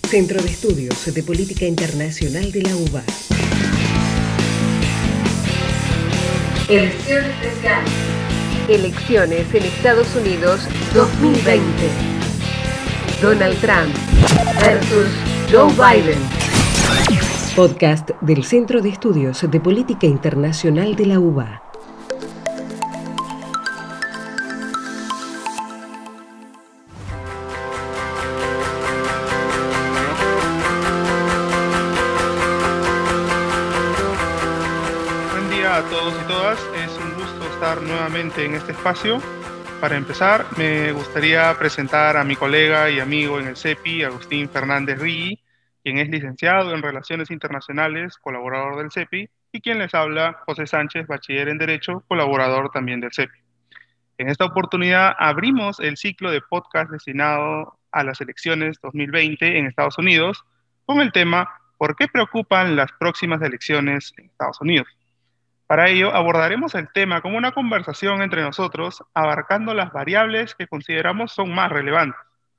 Centro de Estudios de Política Internacional de la UBA. Edición especial. Elecciones en Estados Unidos 2020. Donald Trump versus Joe Biden. Podcast del Centro de Estudios de Política Internacional de la UBA. A todos y todas, es un gusto estar nuevamente en este espacio. Para empezar, me gustaría presentar a mi colega y amigo en el CEPI, Agustín Fernández Riggi, quien es licenciado en Relaciones Internacionales, colaborador del CEPI, y quien les habla, José Sánchez, bachiller en Derecho, colaborador también del CEPI. En esta oportunidad abrimos el ciclo de podcast destinado a las elecciones 2020 en Estados Unidos con el tema ¿Por qué preocupan las próximas elecciones en Estados Unidos? Para ello, abordaremos el tema como una conversación entre nosotros, abarcando las variables que consideramos son más relevantes.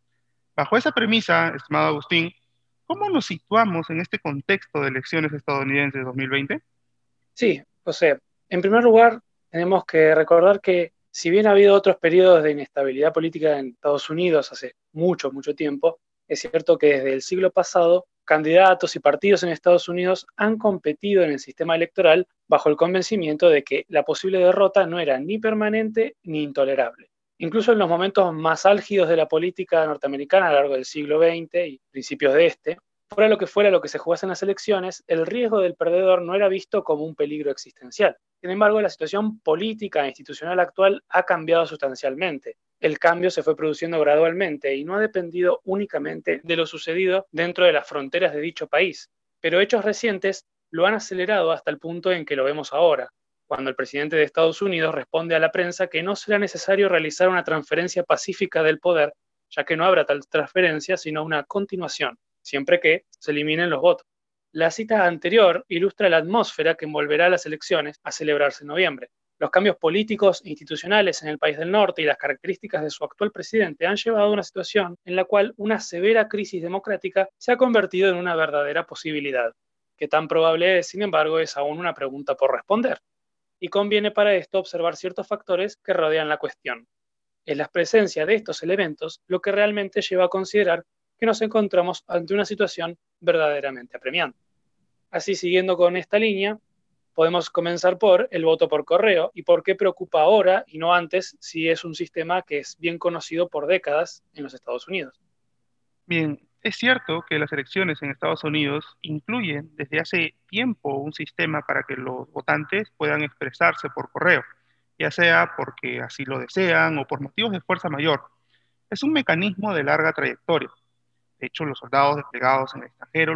Bajo esa premisa, estimado Agustín, ¿cómo nos situamos en este contexto de elecciones estadounidenses 2020? Sí, José. En primer lugar, tenemos que recordar que si bien ha habido otros periodos de inestabilidad política en Estados Unidos hace mucho tiempo, es cierto que desde el siglo pasado, candidatos y partidos en Estados Unidos han competido en el sistema electoral bajo el convencimiento de que la posible derrota no era ni permanente ni intolerable. Incluso en los momentos más álgidos de la política norteamericana a lo largo del siglo XX y principios de este, fuera lo que se jugase en las elecciones, el riesgo del perdedor no era visto como un peligro existencial. Sin embargo, la situación política e institucional actual ha cambiado sustancialmente. El cambio se fue produciendo gradualmente y no ha dependido únicamente de lo sucedido dentro de las fronteras de dicho país, pero hechos recientes lo han acelerado hasta el punto en que lo vemos ahora, cuando el presidente de Estados Unidos responde a la prensa que no será necesario realizar una transferencia pacífica del poder, ya que no habrá tal transferencia sino una continuación, siempre que se eliminen los votos. La cita anterior ilustra la atmósfera que envolverá las elecciones a celebrarse en noviembre. Los cambios políticos e institucionales en el país del norte y las características de su actual presidente han llevado a una situación en la cual una severa crisis democrática se ha convertido en una verdadera posibilidad. ¿Qué tan probable es, sin embargo, es aún una pregunta por responder? Y conviene para esto observar ciertos factores que rodean la cuestión. Es la presencia de estos elementos lo que realmente lleva a considerar que nos encontramos ante una situación verdaderamente apremiante. Así, siguiendo con esta línea, podemos comenzar por el voto por correo y por qué preocupa ahora y no antes si es un sistema que es bien conocido por décadas en los Estados Unidos. Bien, es cierto que las elecciones en Estados Unidos incluyen desde hace tiempo un sistema para que los votantes puedan expresarse por correo, ya sea porque así lo desean o por motivos de fuerza mayor. Es un mecanismo de larga trayectoria. De hecho, los soldados desplegados en el extranjero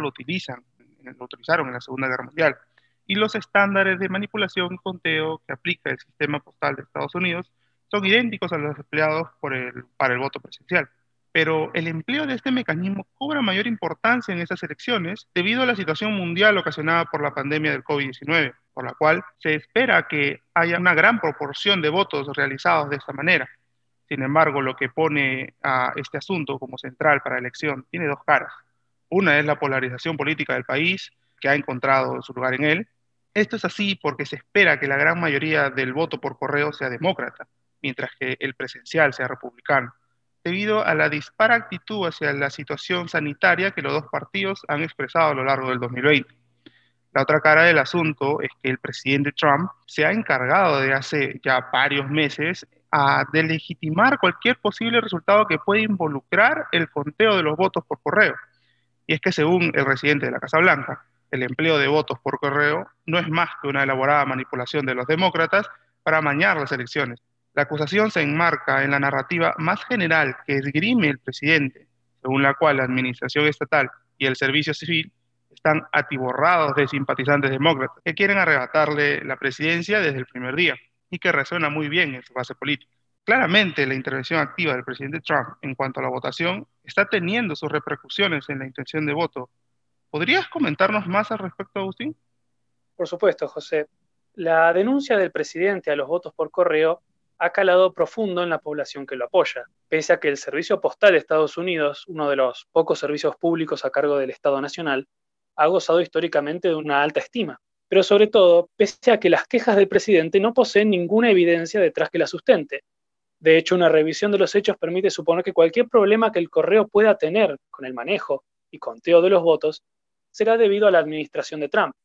lo utilizaron en la Segunda Guerra Mundial. Y los estándares de manipulación y conteo que aplica el sistema postal de Estados Unidos son idénticos a los empleados para el voto presidencial. Pero el empleo de este mecanismo cobra mayor importancia en estas elecciones debido a la situación mundial ocasionada por la pandemia del COVID-19, por la cual se espera que haya una gran proporción de votos realizados de esta manera. Sin embargo, lo que pone a este asunto como central para la elección tiene dos caras. Una es la polarización política del país, que ha encontrado su lugar en él. Esto es así porque se espera que la gran mayoría del voto por correo sea demócrata, mientras que el presencial sea republicano, debido a la dispara actitud hacia la situación sanitaria que los dos partidos han expresado a lo largo del 2020. La otra cara del asunto es que el presidente Trump se ha encargado de hace ya varios meses a delegitimar cualquier posible resultado que pueda involucrar el conteo de los votos por correo. Y es que según el residente de la Casa Blanca, el empleo de votos por correo no es más que una elaborada manipulación de los demócratas para amañar las elecciones. La acusación se enmarca en la narrativa más general que esgrime el presidente, según la cual la administración estatal y el servicio civil están atiborrados de simpatizantes demócratas que quieren arrebatarle la presidencia desde el primer día y que resuena muy bien en su base política. Claramente, la intervención activa del presidente Trump en cuanto a la votación está teniendo sus repercusiones en la intención de voto. ¿Podrías comentarnos más al respecto, Agustín? Por supuesto, José. La denuncia del presidente a los votos por correo ha calado profundo en la población que lo apoya, pese a que el Servicio Postal de Estados Unidos, uno de los pocos servicios públicos a cargo del Estado Nacional, ha gozado históricamente de una alta estima. Pero sobre todo, pese a que las quejas del presidente no poseen ninguna evidencia detrás que las sustente. De hecho, una revisión de los hechos permite suponer que cualquier problema que el correo pueda tener con el manejo y conteo de los votos será debido a la administración de Trump.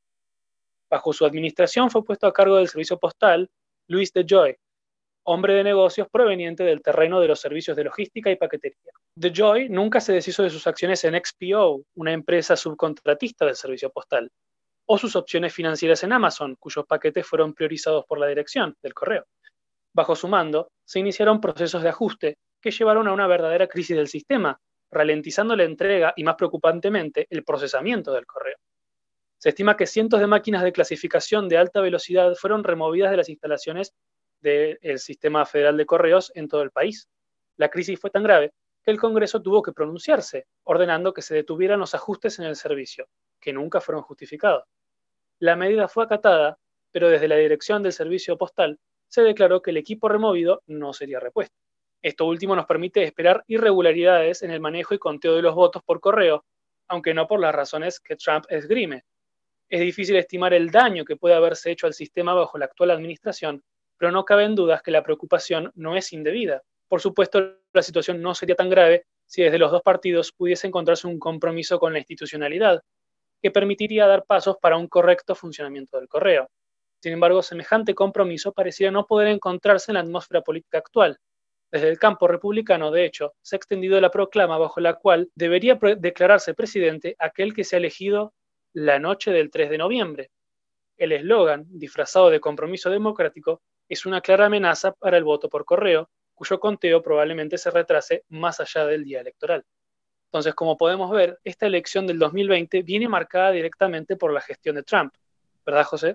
Bajo su administración fue puesto a cargo del servicio postal Louis DeJoy, hombre de negocios proveniente del terreno de los servicios de logística y paquetería. DeJoy nunca se deshizo de sus acciones en XPO, una empresa subcontratista del servicio postal, o sus opciones financieras en Amazon, cuyos paquetes fueron priorizados por la dirección del correo. Bajo su mando, se iniciaron procesos de ajuste que llevaron a una verdadera crisis del sistema, ralentizando la entrega y, más preocupantemente, el procesamiento del correo. Se estima que cientos de máquinas de clasificación de alta velocidad fueron removidas de las instalaciones del Sistema Federal de Correos en todo el país. La crisis fue tan grave que el Congreso tuvo que pronunciarse, ordenando que se detuvieran los ajustes en el servicio, que nunca fueron justificados. La medida fue acatada, pero desde la dirección del servicio postal se declaró que el equipo removido no sería repuesto. Esto último nos permite esperar irregularidades en el manejo y conteo de los votos por correo, aunque no por las razones que Trump esgrime. Es difícil estimar el daño que puede haberse hecho al sistema bajo la actual administración, pero no caben dudas que la preocupación no es indebida. Por supuesto, la situación no sería tan grave si desde los dos partidos pudiese encontrarse un compromiso con la institucionalidad, que permitiría dar pasos para un correcto funcionamiento del correo. Sin embargo, semejante compromiso pareciera no poder encontrarse en la atmósfera política actual. Desde el campo republicano, de hecho, se ha extendido la proclama bajo la cual debería declararse presidente aquel que sea elegido la noche del 3 de noviembre. El eslogan, disfrazado de compromiso democrático, es una clara amenaza para el voto por correo, cuyo conteo probablemente se retrase más allá del día electoral. Entonces, como podemos ver, esta elección del 2020 viene marcada directamente por la gestión de Trump. ¿Verdad, José?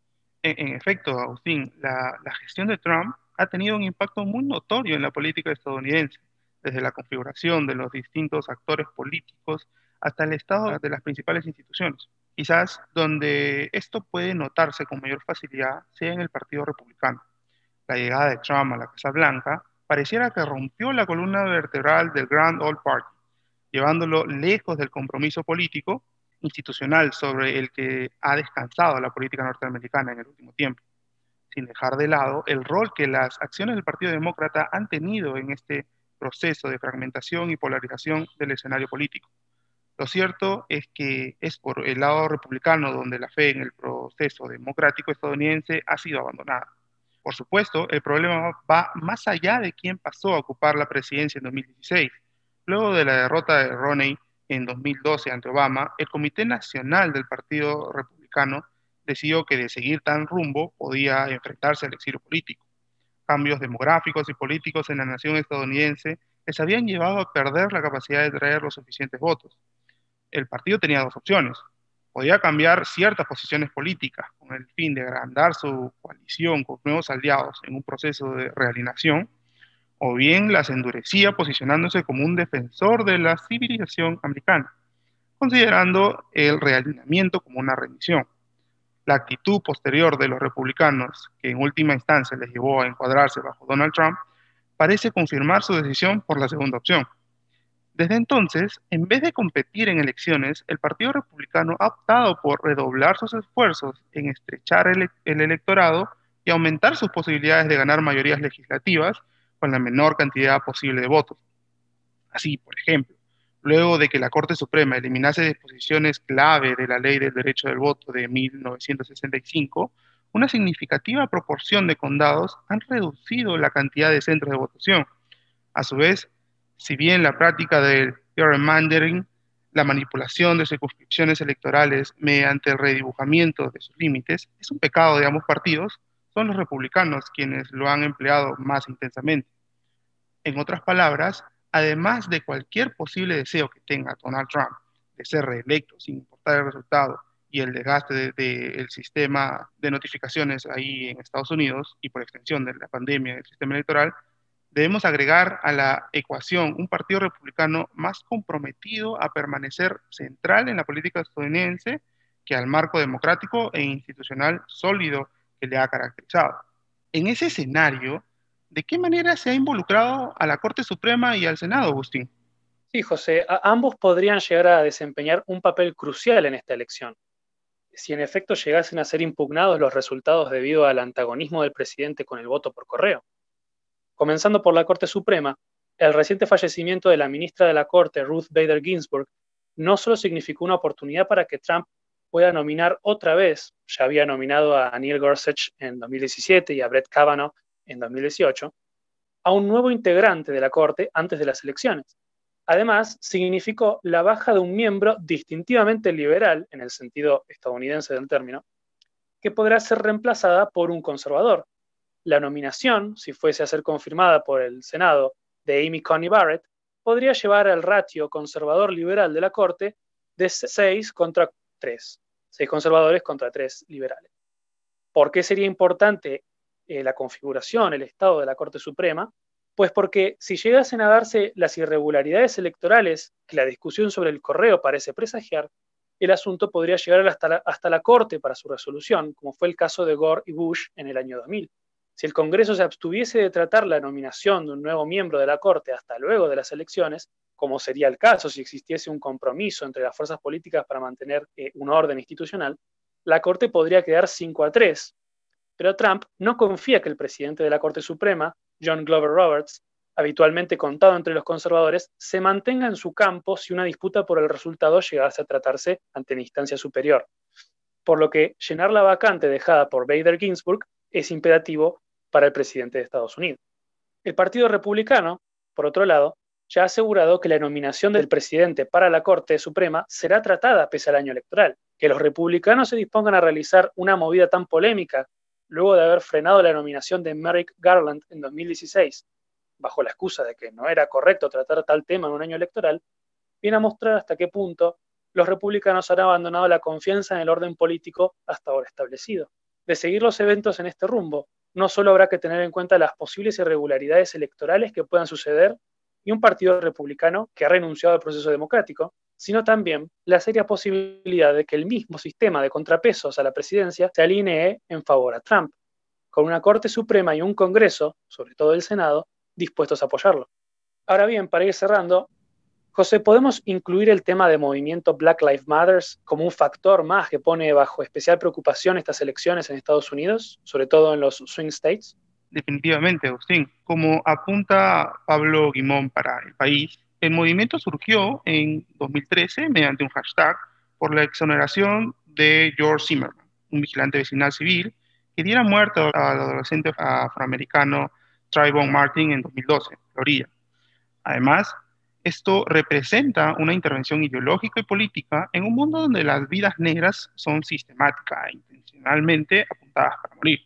En efecto, Agustín, la gestión de Trump ha tenido un impacto muy notorio en la política estadounidense, desde la configuración de los distintos actores políticos hasta el estado de las principales instituciones. Quizás donde esto puede notarse con mayor facilidad sea en el Partido Republicano. La llegada de Trump a la Casa Blanca pareciera que rompió la columna vertebral del Grand Old Party, llevándolo lejos del compromiso político institucional sobre el que ha descansado la política norteamericana en el último tiempo, sin dejar de lado el rol que las acciones del Partido Demócrata han tenido en este proceso de fragmentación y polarización del escenario político. Lo cierto es que es por el lado republicano donde la fe en el proceso democrático estadounidense ha sido abandonada. Por supuesto, el problema va más allá de quién pasó a ocupar la presidencia en 2016. Luego de la derrota de Romney en 2012 ante Obama, el Comité Nacional del Partido Republicano decidió que de seguir tan rumbo podía enfrentarse al exilio político. Cambios demográficos y políticos en la nación estadounidense les habían llevado a perder la capacidad de traer los suficientes votos. El partido tenía dos opciones. Podía cambiar ciertas posiciones políticas con el fin de agrandar su coalición con nuevos aliados en un proceso de realineación, o bien las endurecía posicionándose como un defensor de la civilización americana, considerando el realineamiento como una rendición. La actitud posterior de los republicanos, que en última instancia les llevó a encuadrarse bajo Donald Trump, parece confirmar su decisión por la segunda opción. Desde entonces, en vez de competir en elecciones, el Partido Republicano ha optado por redoblar sus esfuerzos en estrechar el electorado y aumentar sus posibilidades de ganar mayorías legislativas con la menor cantidad posible de votos. Así, por ejemplo, luego de que la Corte Suprema eliminase disposiciones clave de la Ley del Derecho del Voto de 1965, una significativa proporción de condados han reducido la cantidad de centros de votación. A su vez, si bien la práctica del gerrymandering, la manipulación de circunscripciones electorales mediante el redibujamiento de sus límites, es un pecado de ambos partidos, son los republicanos quienes lo han empleado más intensamente. En otras palabras, además de cualquier posible deseo que tenga Donald Trump de ser reelecto sin importar el resultado y el desgaste del sistema de notificaciones ahí en Estados Unidos y por extensión de la pandemia del sistema electoral, debemos agregar a la ecuación un partido republicano más comprometido a permanecer central en la política estadounidense que al marco democrático e institucional sólido que le ha caracterizado. En ese escenario, ¿De qué manera se ha involucrado a la Corte Suprema y al Senado, Agustín? Sí, José, ambos podrían llegar a desempeñar un papel crucial en esta elección. Si en efecto llegasen a ser impugnados los resultados debido al antagonismo del presidente con el voto por correo. Comenzando por la Corte Suprema, el reciente fallecimiento de la ministra de la Corte, Ruth Bader Ginsburg, no solo significó una oportunidad para que Trump pueda nominar otra vez, ya había nominado a Neil Gorsuch en 2017 y a Brett Kavanaugh en 2018, a un nuevo integrante de la Corte antes de las elecciones. Además, significó la baja de un miembro distintivamente liberal, en el sentido estadounidense del término, que podrá ser reemplazada por un conservador. La nominación, si fuese a ser confirmada por el Senado, de Amy Coney Barrett, podría llevar al ratio conservador-liberal de la Corte de 6 contra 3. 6 conservadores contra 3 liberales. ¿Por qué sería importante la configuración, el estado de la Corte Suprema? Pues porque si llegasen a darse las irregularidades electorales que la discusión sobre el correo parece presagiar, el asunto podría llegar hasta la Corte para su resolución, como fue el caso de Gore y Bush en el año 2000. Si el Congreso se abstuviese de tratar la nominación de un nuevo miembro de la Corte hasta luego de las elecciones, como sería el caso si existiese un compromiso entre las fuerzas políticas para mantener un orden institucional, la Corte podría quedar 5-3. Pero Trump no confía que el presidente de la Corte Suprema, John Glover Roberts, habitualmente contado entre los conservadores, se mantenga en su campo si una disputa por el resultado llegase a tratarse ante la instancia superior. Por lo que llenar la vacante dejada por Bader Ginsburg es imperativo para el presidente de Estados Unidos. El Partido Republicano, por otro lado, ya ha asegurado que la nominación del presidente para la Corte Suprema será tratada pese al año electoral. Que los republicanos se dispongan a realizar una movida tan polémica luego de haber frenado la nominación de Merrick Garland en 2016, bajo la excusa de que no era correcto tratar tal tema en un año electoral, viene a mostrar hasta qué punto los republicanos han abandonado la confianza en el orden político hasta ahora establecido. De seguir los eventos en este rumbo, no solo habrá que tener en cuenta las posibles irregularidades electorales que puedan suceder y un partido republicano que ha renunciado al proceso democrático, sino también la seria posibilidad de que el mismo sistema de contrapesos a la presidencia se alinee en favor a Trump, con una Corte Suprema y un Congreso, sobre todo el Senado, dispuestos a apoyarlo. Ahora bien, para ir cerrando, José, ¿podemos incluir el tema de movimiento Black Lives Matter como un factor más que pone bajo especial preocupación estas elecciones en Estados Unidos, sobre todo en los swing states? Definitivamente, Agustín. Como apunta Pablo Guimón para El País, el movimiento surgió en 2013 mediante un hashtag por la exoneración de George Zimmerman, un vigilante vecinal civil que diera muerte al adolescente afroamericano Trayvon Martin en 2012, en Florida. Además, esto representa una intervención ideológica y política en un mundo donde las vidas negras son sistemáticas e intencionalmente apuntadas para morir.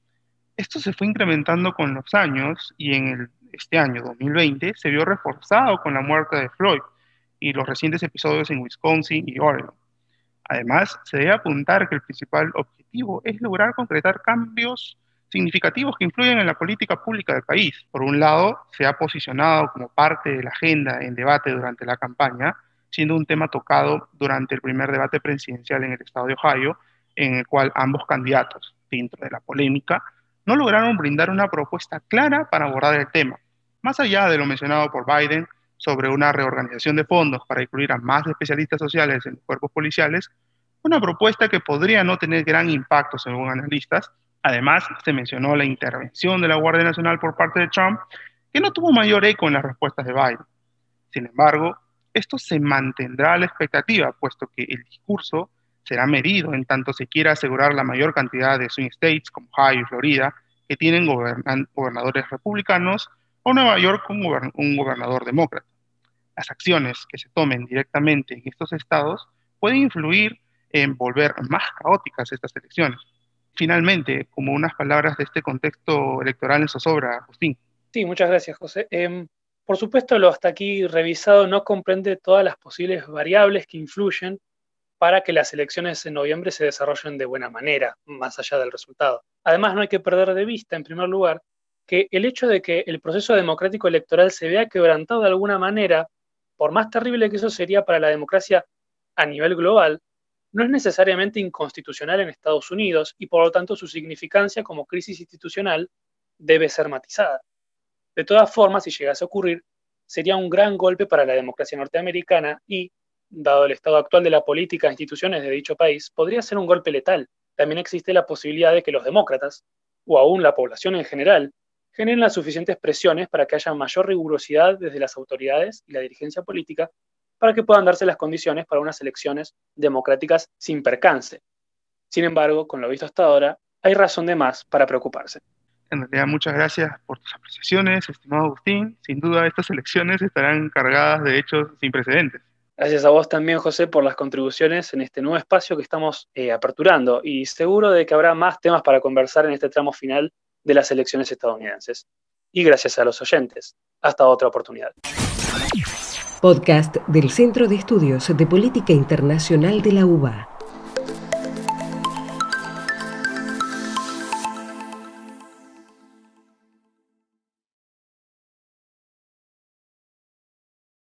Esto se fue incrementando con los años y este año 2020 se vio reforzado con la muerte de Floyd y los recientes episodios en Wisconsin y Oregon. Además, se debe apuntar que el principal objetivo es lograr concretar cambios significativos que influyen en la política pública del país. Por un lado, se ha posicionado como parte de la agenda en debate durante la campaña, siendo un tema tocado durante el primer debate presidencial en el estado de Ohio, en el cual ambos candidatos, dentro de la polémica, no lograron brindar una propuesta clara para abordar el tema, más allá de lo mencionado por Biden sobre una reorganización de fondos para incluir a más especialistas sociales en los cuerpos policiales, una propuesta que podría no tener gran impacto según analistas. Además, se mencionó la intervención de la Guardia Nacional por parte de Trump, que no tuvo mayor eco en las respuestas de Biden. Sin embargo, esto se mantendrá a la expectativa, puesto que el discurso será medido en tanto se quiera asegurar la mayor cantidad de swing states como Ohio y Florida, que tienen gobernadores republicanos, o Nueva York con un gobernador demócrata. Las acciones que se tomen directamente en estos estados pueden influir en volver más caóticas estas elecciones. Finalmente, como unas palabras de este contexto electoral en zozobra, Agustín. Sí, muchas gracias, José. Por supuesto, lo hasta aquí revisado no comprende todas las posibles variables que influyen para que las elecciones en noviembre se desarrollen de buena manera, más allá del resultado. Además, no hay que perder de vista, en primer lugar, que el hecho de que el proceso democrático electoral se vea quebrantado de alguna manera, por más terrible que eso sería para la democracia a nivel global, no es necesariamente inconstitucional en Estados Unidos y por lo tanto su significancia como crisis institucional debe ser matizada. De todas formas, si llegase a ocurrir, sería un gran golpe para la democracia norteamericana y, dado el estado actual de la política e instituciones de dicho país, podría ser un golpe letal. También existe la posibilidad de que los demócratas, o aún la población en general, generen las suficientes presiones para que haya mayor rigurosidad desde las autoridades y la dirigencia política para que puedan darse las condiciones para unas elecciones democráticas sin percance. Sin embargo, con lo visto hasta ahora, hay razón de más para preocuparse. En realidad, muchas gracias por tus apreciaciones, estimado Agustín. Sin duda, estas elecciones estarán cargadas de hechos sin precedentes. Gracias a vos también, José, por las contribuciones en este nuevo espacio que estamos aperturando, y seguro de que habrá más temas para conversar en este tramo final de las elecciones estadounidenses. Y gracias a los oyentes. Hasta otra oportunidad. Podcast del Centro de Estudios de Política Internacional de la UBA.